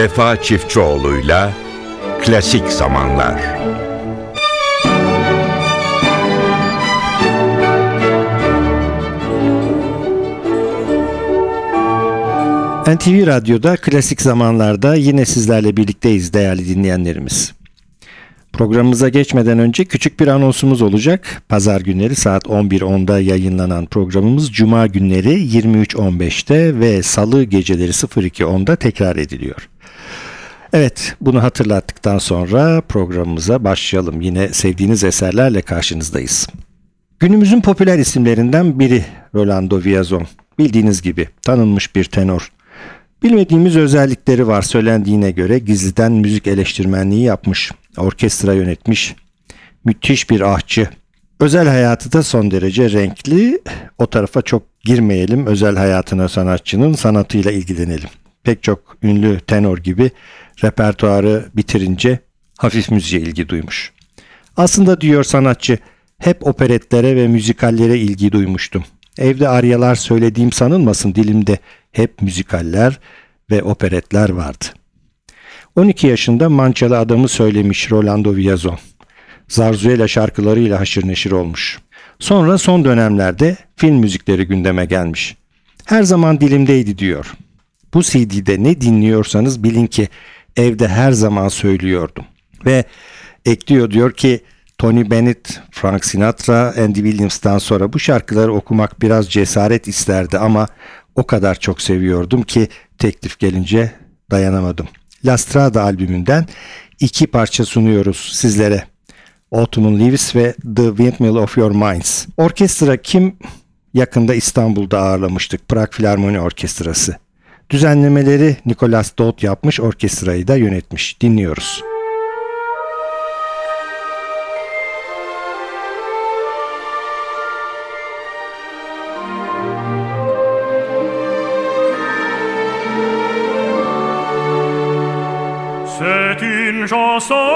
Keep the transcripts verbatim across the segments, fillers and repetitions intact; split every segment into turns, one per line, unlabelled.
Vefa Çiftçioğlu'yla Klasik Zamanlar.
N T V Radyo'da Klasik Zamanlar'da yine sizlerle birlikteyiz değerli dinleyenlerimiz. Programımıza geçmeden önce küçük bir anonsumuz olacak. Pazar günleri saat on bir onda yayınlanan programımız Cuma günleri yirmi üç on beşte ve Salı geceleri sıfır iki onda tekrar ediliyor. Evet, bunu hatırlattıktan sonra programımıza başlayalım. Yine sevdiğiniz eserlerle karşınızdayız. Günümüzün popüler isimlerinden biri Rolando Villazón. Bildiğiniz gibi tanınmış bir tenor. Bilmediğimiz özellikleri var, söylendiğine göre gizliden müzik eleştirmenliği yapmış, orkestra yönetmiş, müthiş bir ahçı. Özel hayatı da son derece renkli. O tarafa çok girmeyelim, özel hayatına, sanatçının sanatıyla ilgilenelim. Pek çok ünlü tenor gibi repertuarı bitirince hafif müziğe ilgi duymuş. Aslında diyor sanatçı, hep operetlere ve müzikallere ilgi duymuştum. Evde aryalar söylediğim sanılmasın, dilimde hep müzikaller ve operetler vardı. on iki yaşında Mançalı Adamı söylemiş Rolando Villazón. Zarzuela şarkılarıyla haşır neşir olmuş. Sonra son dönemlerde film müzikleri gündeme gelmiş. Her zaman dilimdeydi diyor. Bu C D'de ne dinliyorsanız bilin ki evde her zaman söylüyordum. Ve ekliyor diyor ki Tony Bennett, Frank Sinatra, Andy Williams'tan sonra bu şarkıları okumak biraz cesaret isterdi ama o kadar çok seviyordum ki teklif gelince dayanamadım. La Strada albümünden iki parça sunuyoruz sizlere. Autumn Leaves ve The Windmill of Your Minds. Orkestra kim? Yakında İstanbul'da ağırlamıştık. Prag Filarmoni Orkestrası. Düzenlemeleri Nicholas Dodd yapmış, orkestrayı da yönetmiş. Dinliyoruz.
C'est une chanson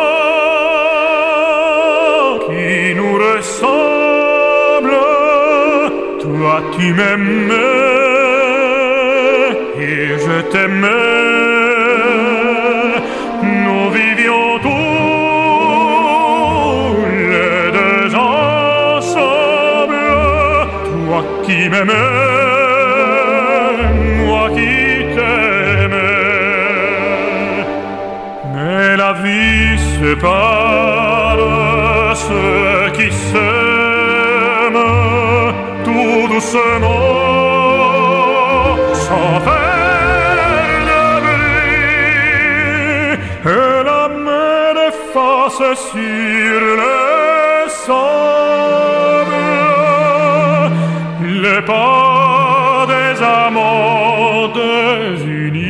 qui nous ressemble. Toi tu m'aimais et je t'aimais. Nous vivions tous les deux ensemble. Toi qui m'aimais, moi qui la vie sépare ceux qui s'aiment tout doucement, sans faire de bruit, et la mer efface sur le sable les pas des amants désunis.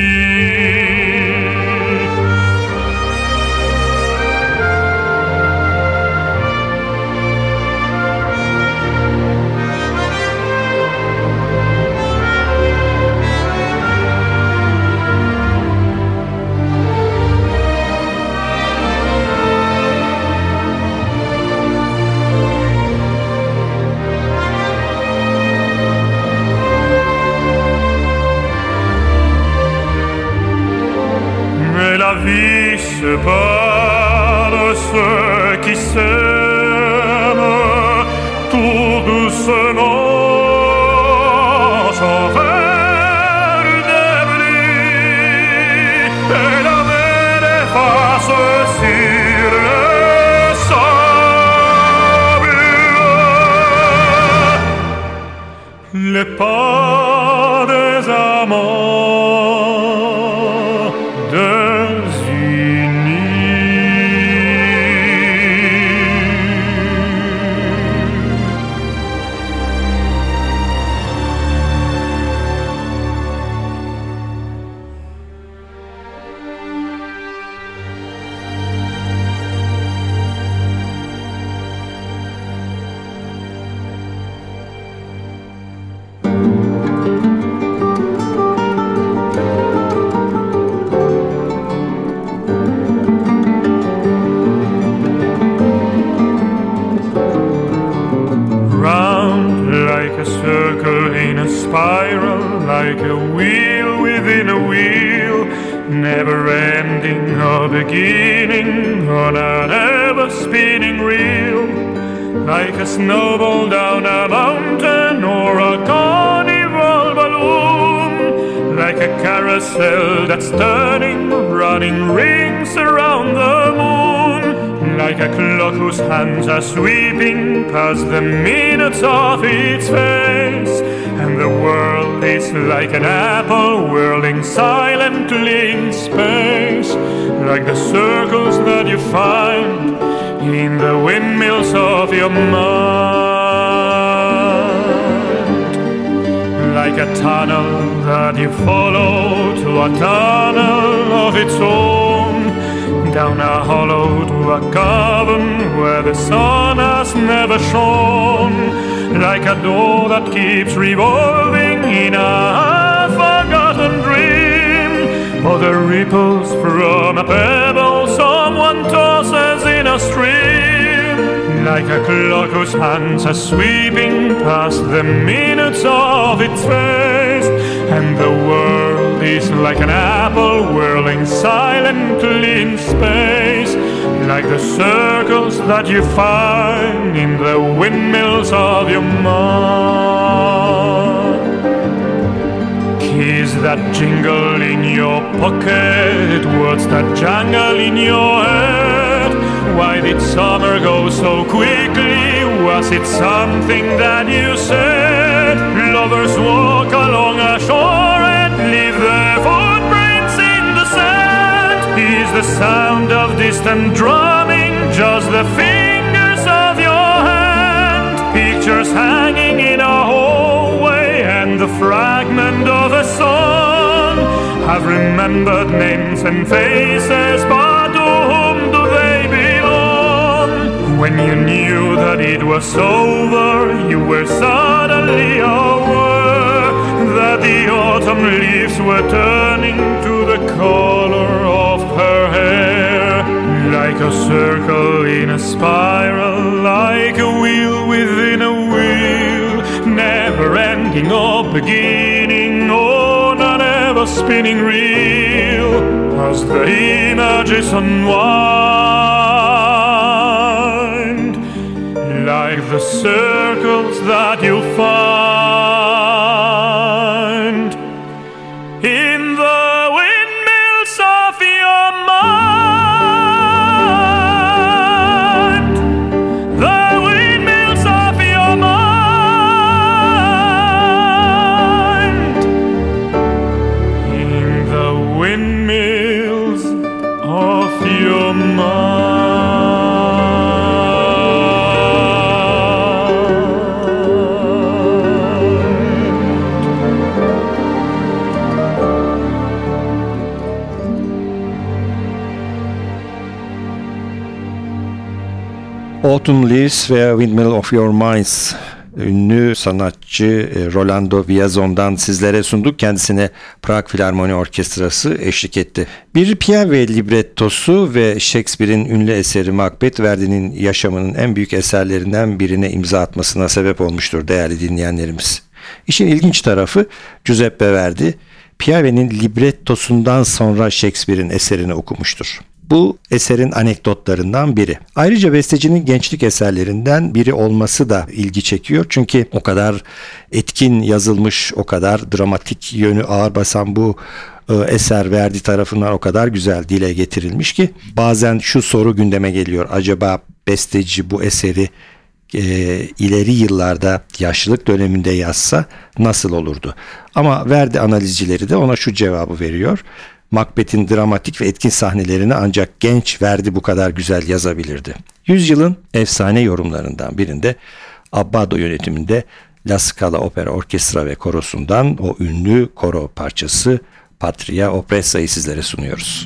La vie sépare ceux qui s'aiment tout doucement, sans faire de bruit, et la mer efface sur le sable les pas des amants de spiral like a wheel within a wheel. never ending or beginning on an ever-spinning reel, like a snowball down a mountain or a carnival balloon, like a carousel that's turning, running rings around the moon, like a clock whose hands are sweeping past the minutes of its face, and the world is like an apple whirling silently in space, like the circles that you find in the windmills of your mind, like a tunnel that you follow to a tunnel of its own, down a hollow to a cavern where the sun has never shone, like a door that keeps revolving in a half-forgotten dream, or the ripples from a pebble someone tosses in a stream, like a clock whose hands are sweeping past the minutes of its face, and the world is like an apple whirling silently in space, like the circles that you find in the windmills of your mind. Keys that jingle in your pocket, words that jangle in your head. Why did summer go so quickly? Was it something that you said? Lovers walk along a shore and leave their footprints in the sand. Is the sound of distant drumming just the fingers of your hand? Pictures hanging in a hallway and the fragment of a song have remembered names and faces, but to whom do they belong? When you knew that it was over, you were suddenly aware that the autumn leaves were turning to the color of her hair, like a circle in a spiral, like a wheel within a wheel, never ending or beginning on an ever spinning reel, as the images unwind, like the circles that you find in the windmills of your mind, the windmills of your mind, in the windmills of your mind.
Autumn Leaves ve Windmill of Your Minds, ünlü sanatçı Rolando Villazon'dan sizlere sunduk. Kendisine Prag Filarmoni Orkestrası eşlik etti. Bir Piave librettosu ve Shakespeare'in ünlü eseri Macbeth, Verdi'nin yaşamının en büyük eserlerinden birine imza atmasına sebep olmuştur değerli dinleyenlerimiz. İşin ilginç tarafı, Giuseppe Verdi, Piave'nin librettosundan sonra Shakespeare'in eserini okumuştur. Bu eserin anekdotlarından biri. Ayrıca bestecinin gençlik eserlerinden biri olması da ilgi çekiyor. Çünkü o kadar etkin yazılmış, o kadar dramatik yönü ağır basan bu e, eser Verdi tarafından o kadar güzel dile getirilmiş ki bazen şu soru gündeme geliyor. Acaba besteci bu eseri e, ileri yıllarda yaşlılık döneminde yazsa nasıl olurdu? Ama Verdi analizcileri de ona şu cevabı veriyor. Macbeth'in dramatik ve etkin sahnelerini ancak genç Verdi bu kadar güzel yazabilirdi. Yüzyılın efsane yorumlarından birinde Abbado yönetiminde La Scala Opera Orkestra ve Korosu'ndan o ünlü koro parçası Patria Oppressa'yı sizlere sunuyoruz.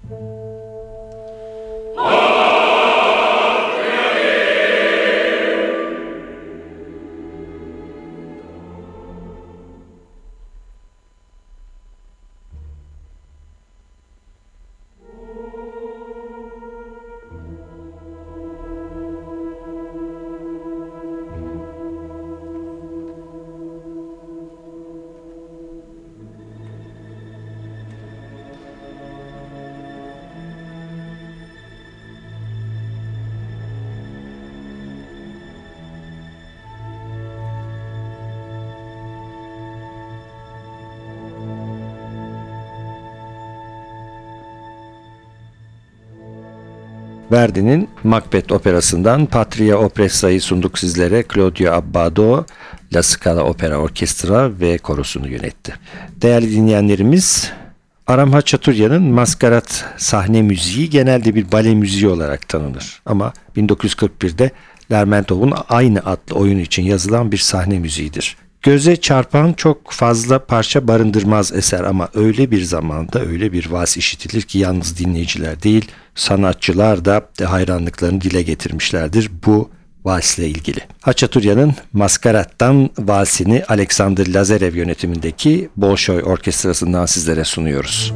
Verdi'nin Macbeth operasından Patria Operasa'yı sunduk sizlere. Claudio Abbado, La Scala Opera Orkestra ve korosunu yönetti. Değerli dinleyenlerimiz, Aram Haçaturya'nın Maskarat sahne müziği genelde bir bale müziği olarak tanınır. Ama bin dokuz yüz kırk birde Lermontov'un aynı adlı oyun için yazılan bir sahne müziğidir. Göze çarpan çok fazla parça barındırmaz eser ama öyle bir zamanda öyle bir vals işitilir ki yalnız dinleyiciler değil, sanatçılar da hayranlıklarını dile getirmişlerdir bu valsle ilgili. Haçaturya'nın Maskarat'tan valsini Alexander Lazarev yönetimindeki Bolşoy Orkestrası'ndan sizlere sunuyoruz.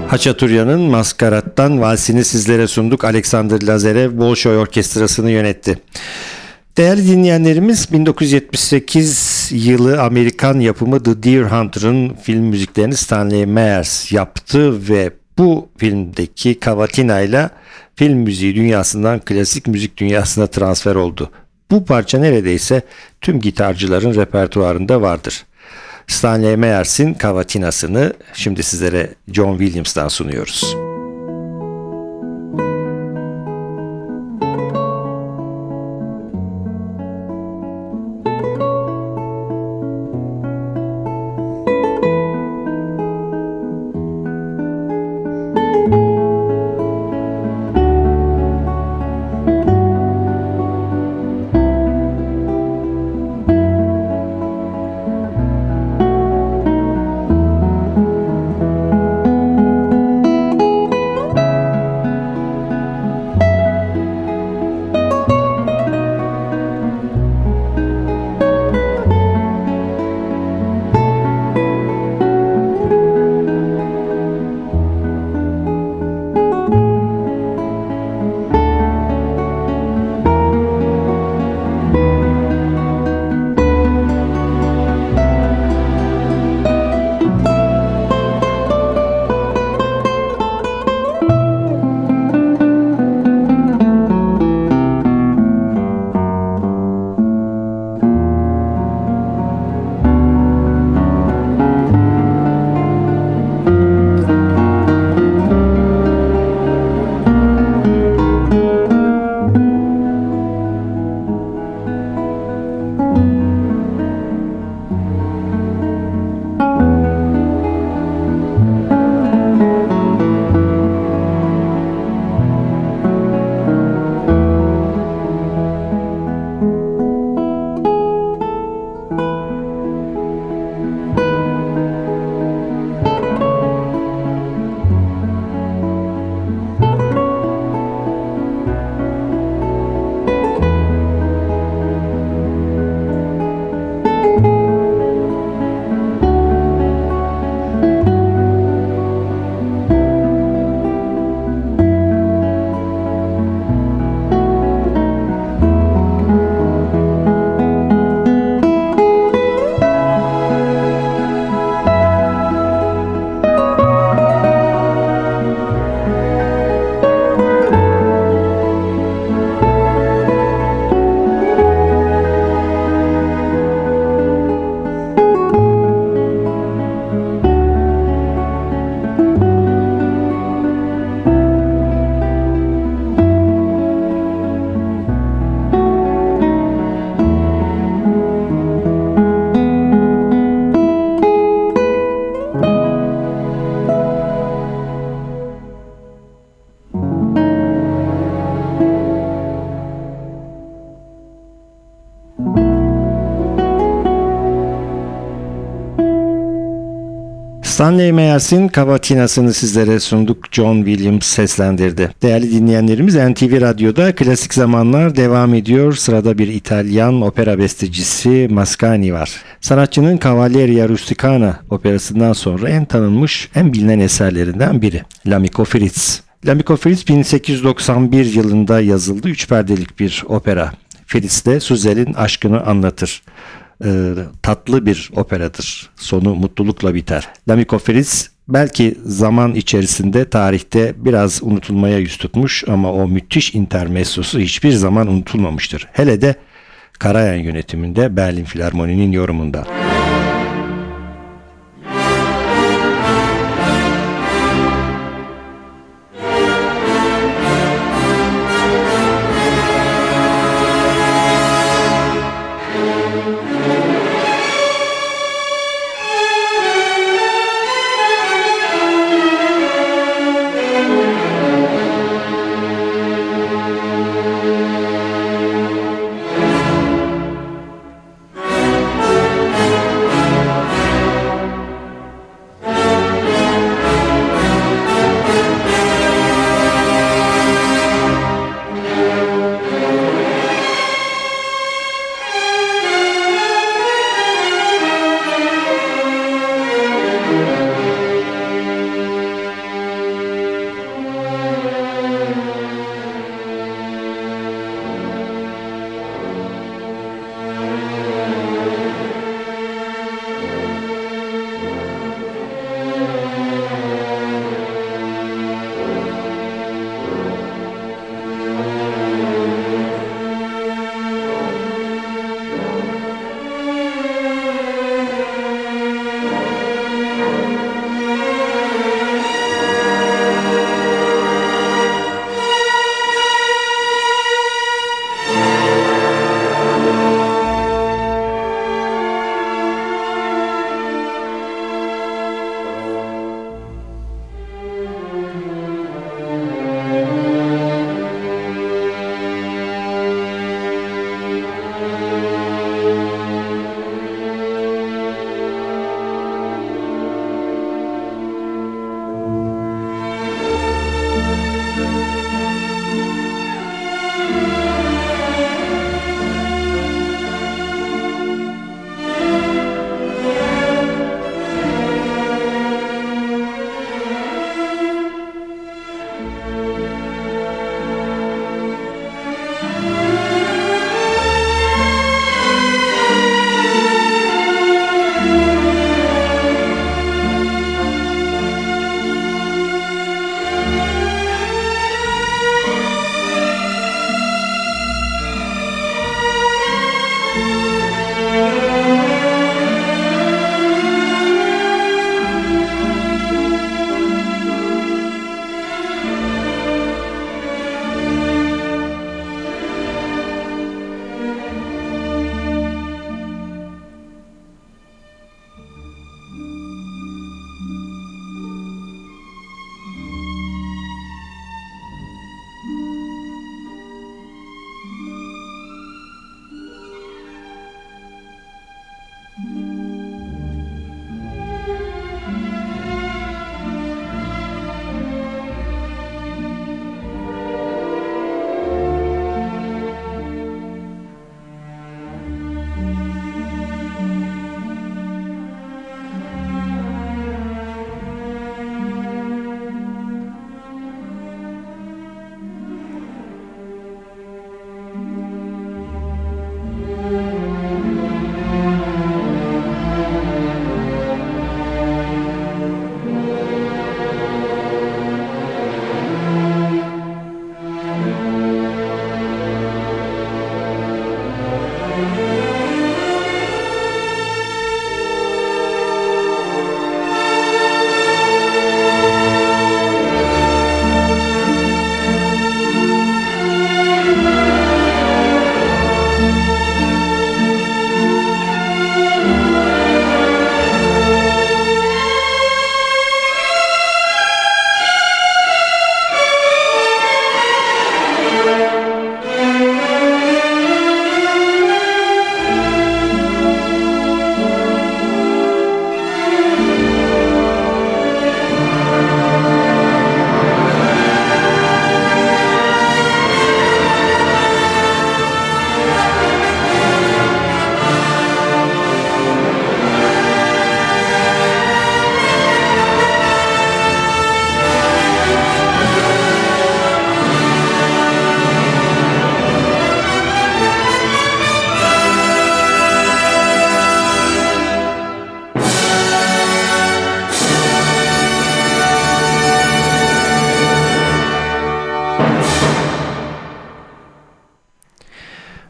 Haçaturya'nın Maskarat'tan valsini sizlere sunduk. Alexander Lazarev Bolşoy Orkestrası'nı yönetti. Değerli dinleyenlerimiz, bin dokuz yüz yetmiş sekiz yılı Amerikan yapımı The Deer Hunter'ın film müziklerini Stanley Myers yaptı ve bu filmdeki Cavatina ile film müziği dünyasından klasik müzik dünyasına transfer oldu. Bu parça neredeyse tüm gitarcıların repertuarında vardır. Stanley Myers'in Cavatina'sını şimdi sizlere John Williams'tan sunuyoruz. Stanley Myers'in Cavatina'sını sizlere sunduk. John Williams seslendirdi. Değerli dinleyenlerimiz, N T V Radyo'da Klasik Zamanlar devam ediyor. Sırada bir İtalyan opera bestecisi Mascagni var. Sanatçının Cavalleria Rusticana operasından sonra en tanınmış, en bilinen eserlerinden biri. L'Amico Fritz. L'Amico Fritz bin sekiz yüz doksan bir yılında yazıldı. Üç perdelik bir opera. Fritz de Suzel'in aşkını anlatır. Ee, tatlı bir operadır. Sonu mutlulukla biter. L'Amico Fritz belki zaman içerisinde tarihte biraz unutulmaya yüz tutmuş ama o müthiş intermezzosu hiçbir zaman unutulmamıştır. Hele de Karajan yönetiminde Berlin Filarmoni'nin yorumunda.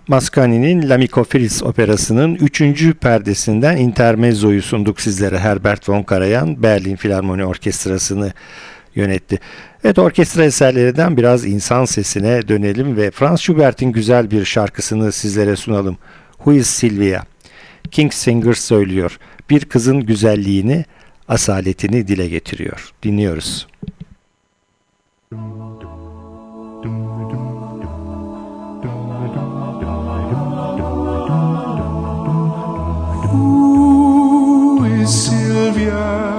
Mascagni'nin L'Amico Feliz operasının üçüncü perdesinden Intermezzo'yu sunduk sizlere. Herbert von Karajan, Berlin Filarmoni Orkestrası'nı yönetti. Evet, orkestra eserlerinden biraz insan sesine dönelim ve Franz Schubert'in güzel bir şarkısını sizlere sunalım. Who is Sylvia? King's Singer söylüyor. Bir kızın güzelliğini, asaletini dile getiriyor. Dinliyoruz.
Who is Sylvia?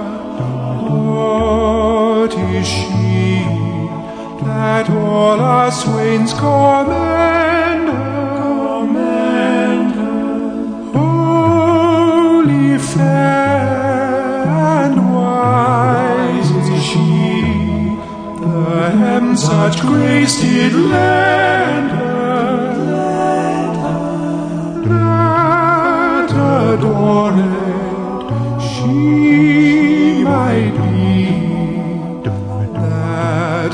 What is she that all our swains commend her? Commend her. Holy, fair, and wise is she, the hem such grace did lend her, that adored she might be, that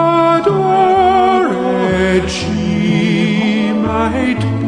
adored she might be.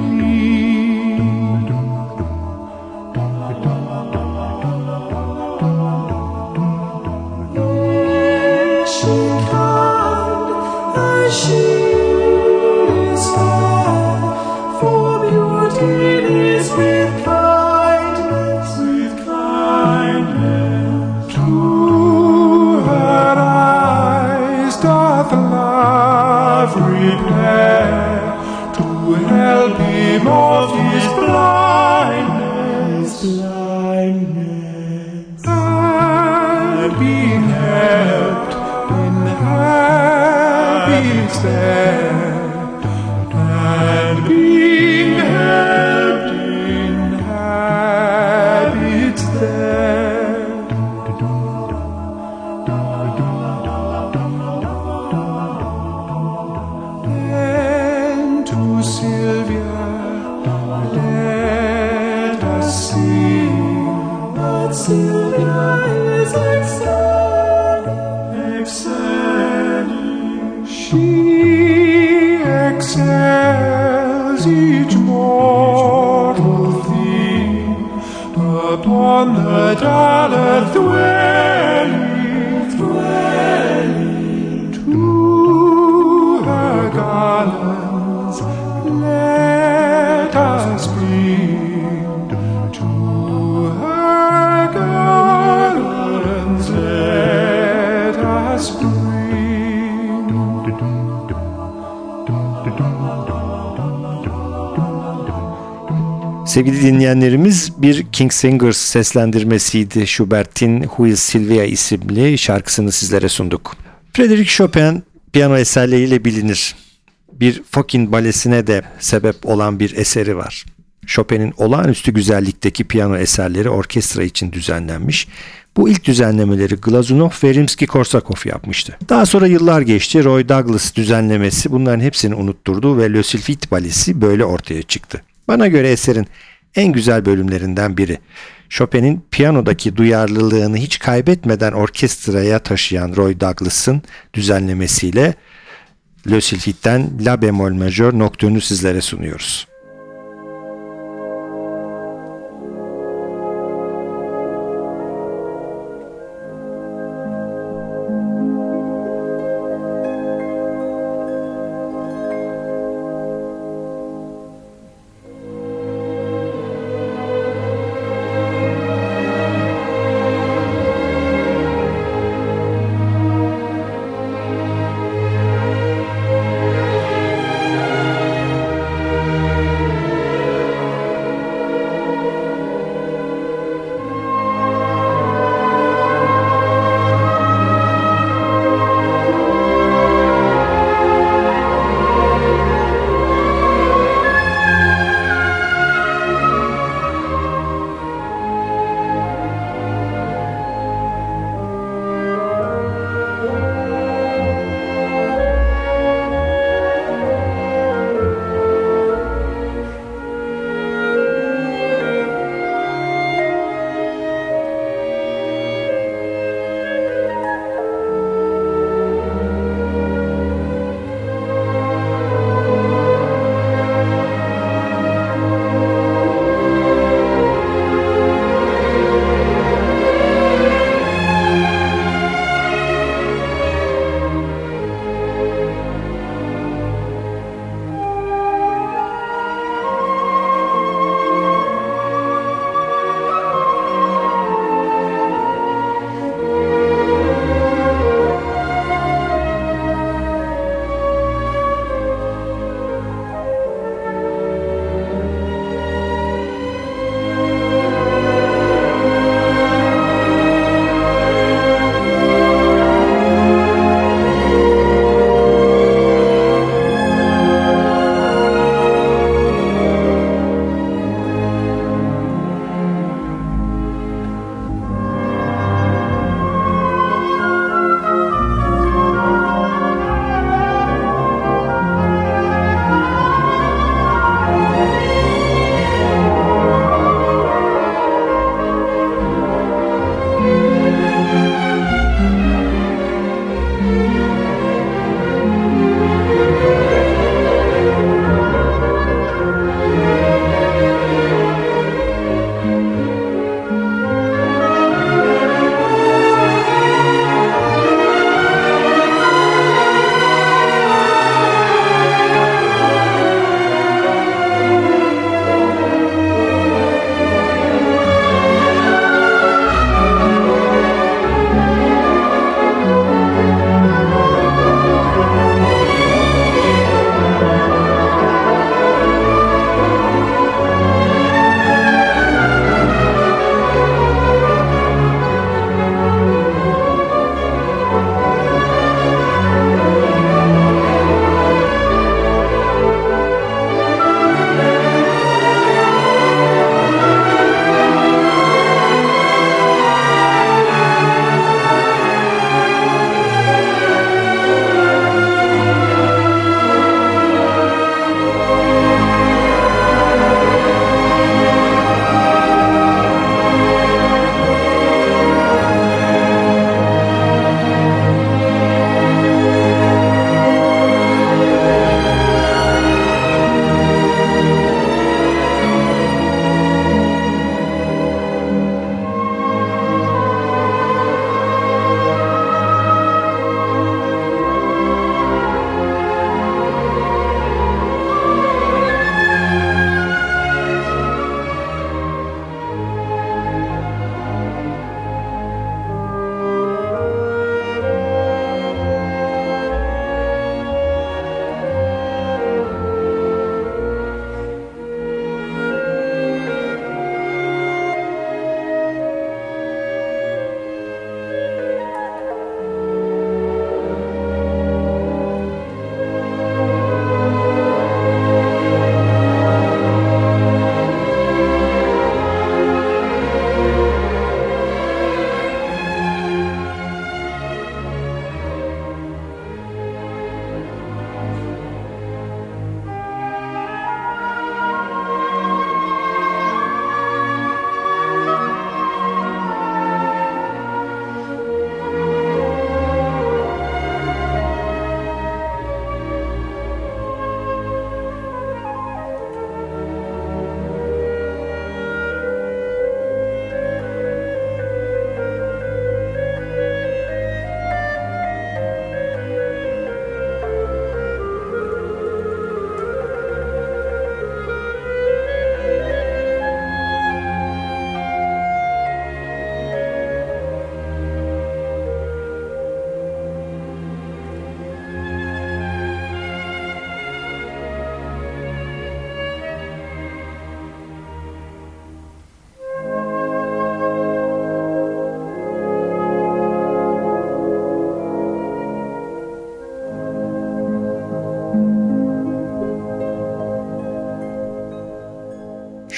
Is she kind as she is fair? For beauty is with kindness, with kindness. To her eyes doth love repair, to help him of his blindness, blindness, and be helped in happy stead, and being helped in happy stead. Then to Sylvia let us sing, that Sylvia is excelling, excelling. She excels each mortal thing upon the dullest dwelling, dwelling. To her garlands let us bring, to her garlands let us bring.
Sevgili dinleyenlerimiz, bir King Singers seslendirmesiydi. Schubert'in Who is Sylvia isimli şarkısını sizlere sunduk. Frédéric Chopin piyano eserleriyle bilinir. Bir Fokine balesine de sebep olan bir eseri var. Chopin'in olağanüstü güzellikteki piyano eserleri orkestra için düzenlenmiş. Bu ilk düzenlemeleri Glazunov ve Rimski-Korsakov yapmıştı. Daha sonra yıllar geçti. Roy Douglas düzenlemesi bunların hepsini unutturdu ve Le Sylphide balesi böyle ortaya çıktı. Bana göre eserin en güzel bölümlerinden biri. Chopin'in piyanodaki duyarlılığını hiç kaybetmeden orkestraya taşıyan Roy Douglas'ın düzenlemesiyle Le Sylphide'den La bemol majör nocturne'ü sizlere sunuyoruz.
Thank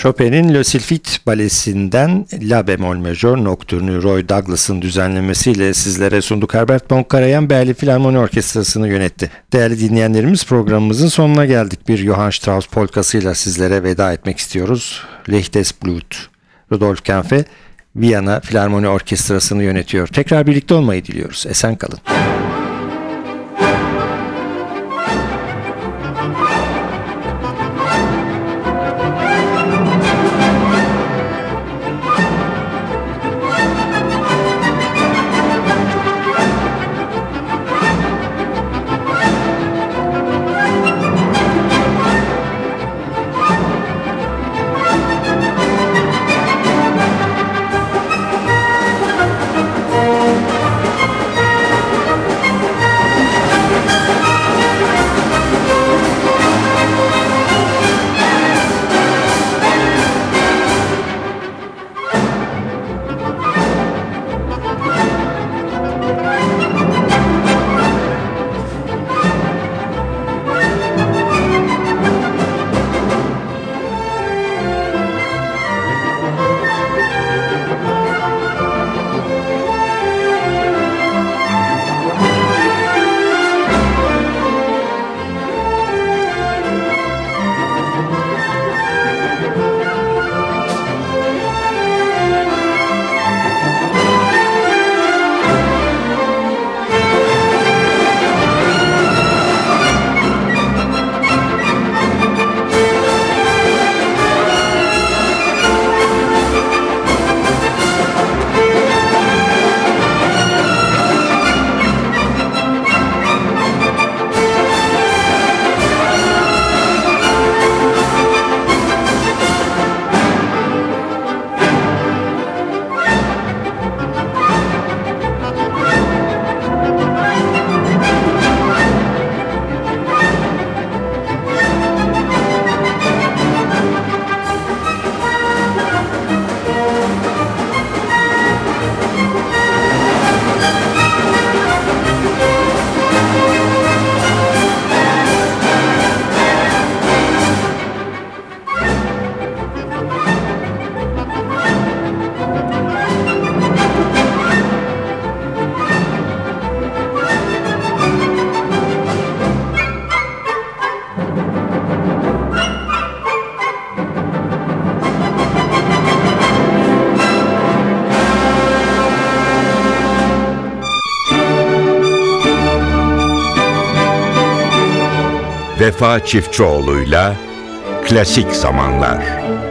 Chopin'in Le Sylphide balesinden La bemol majör noktürnü Roy Douglas'ın düzenlemesiyle sizlere sunduk. Herbert von Karajan Berlin Filarmoni Orkestrası'nı yönetti. Değerli dinleyenlerimiz, programımızın sonuna geldik. Bir Johann Strauss polkasıyla sizlere veda etmek istiyoruz. Leichtes Blut. Rudolf Kempfe Viyana Filarmoni Orkestrası'nı yönetiyor. Tekrar birlikte olmayı diliyoruz. Esen kalın.
Vefa Çiftçioğlu'yla Klasik Zamanlar.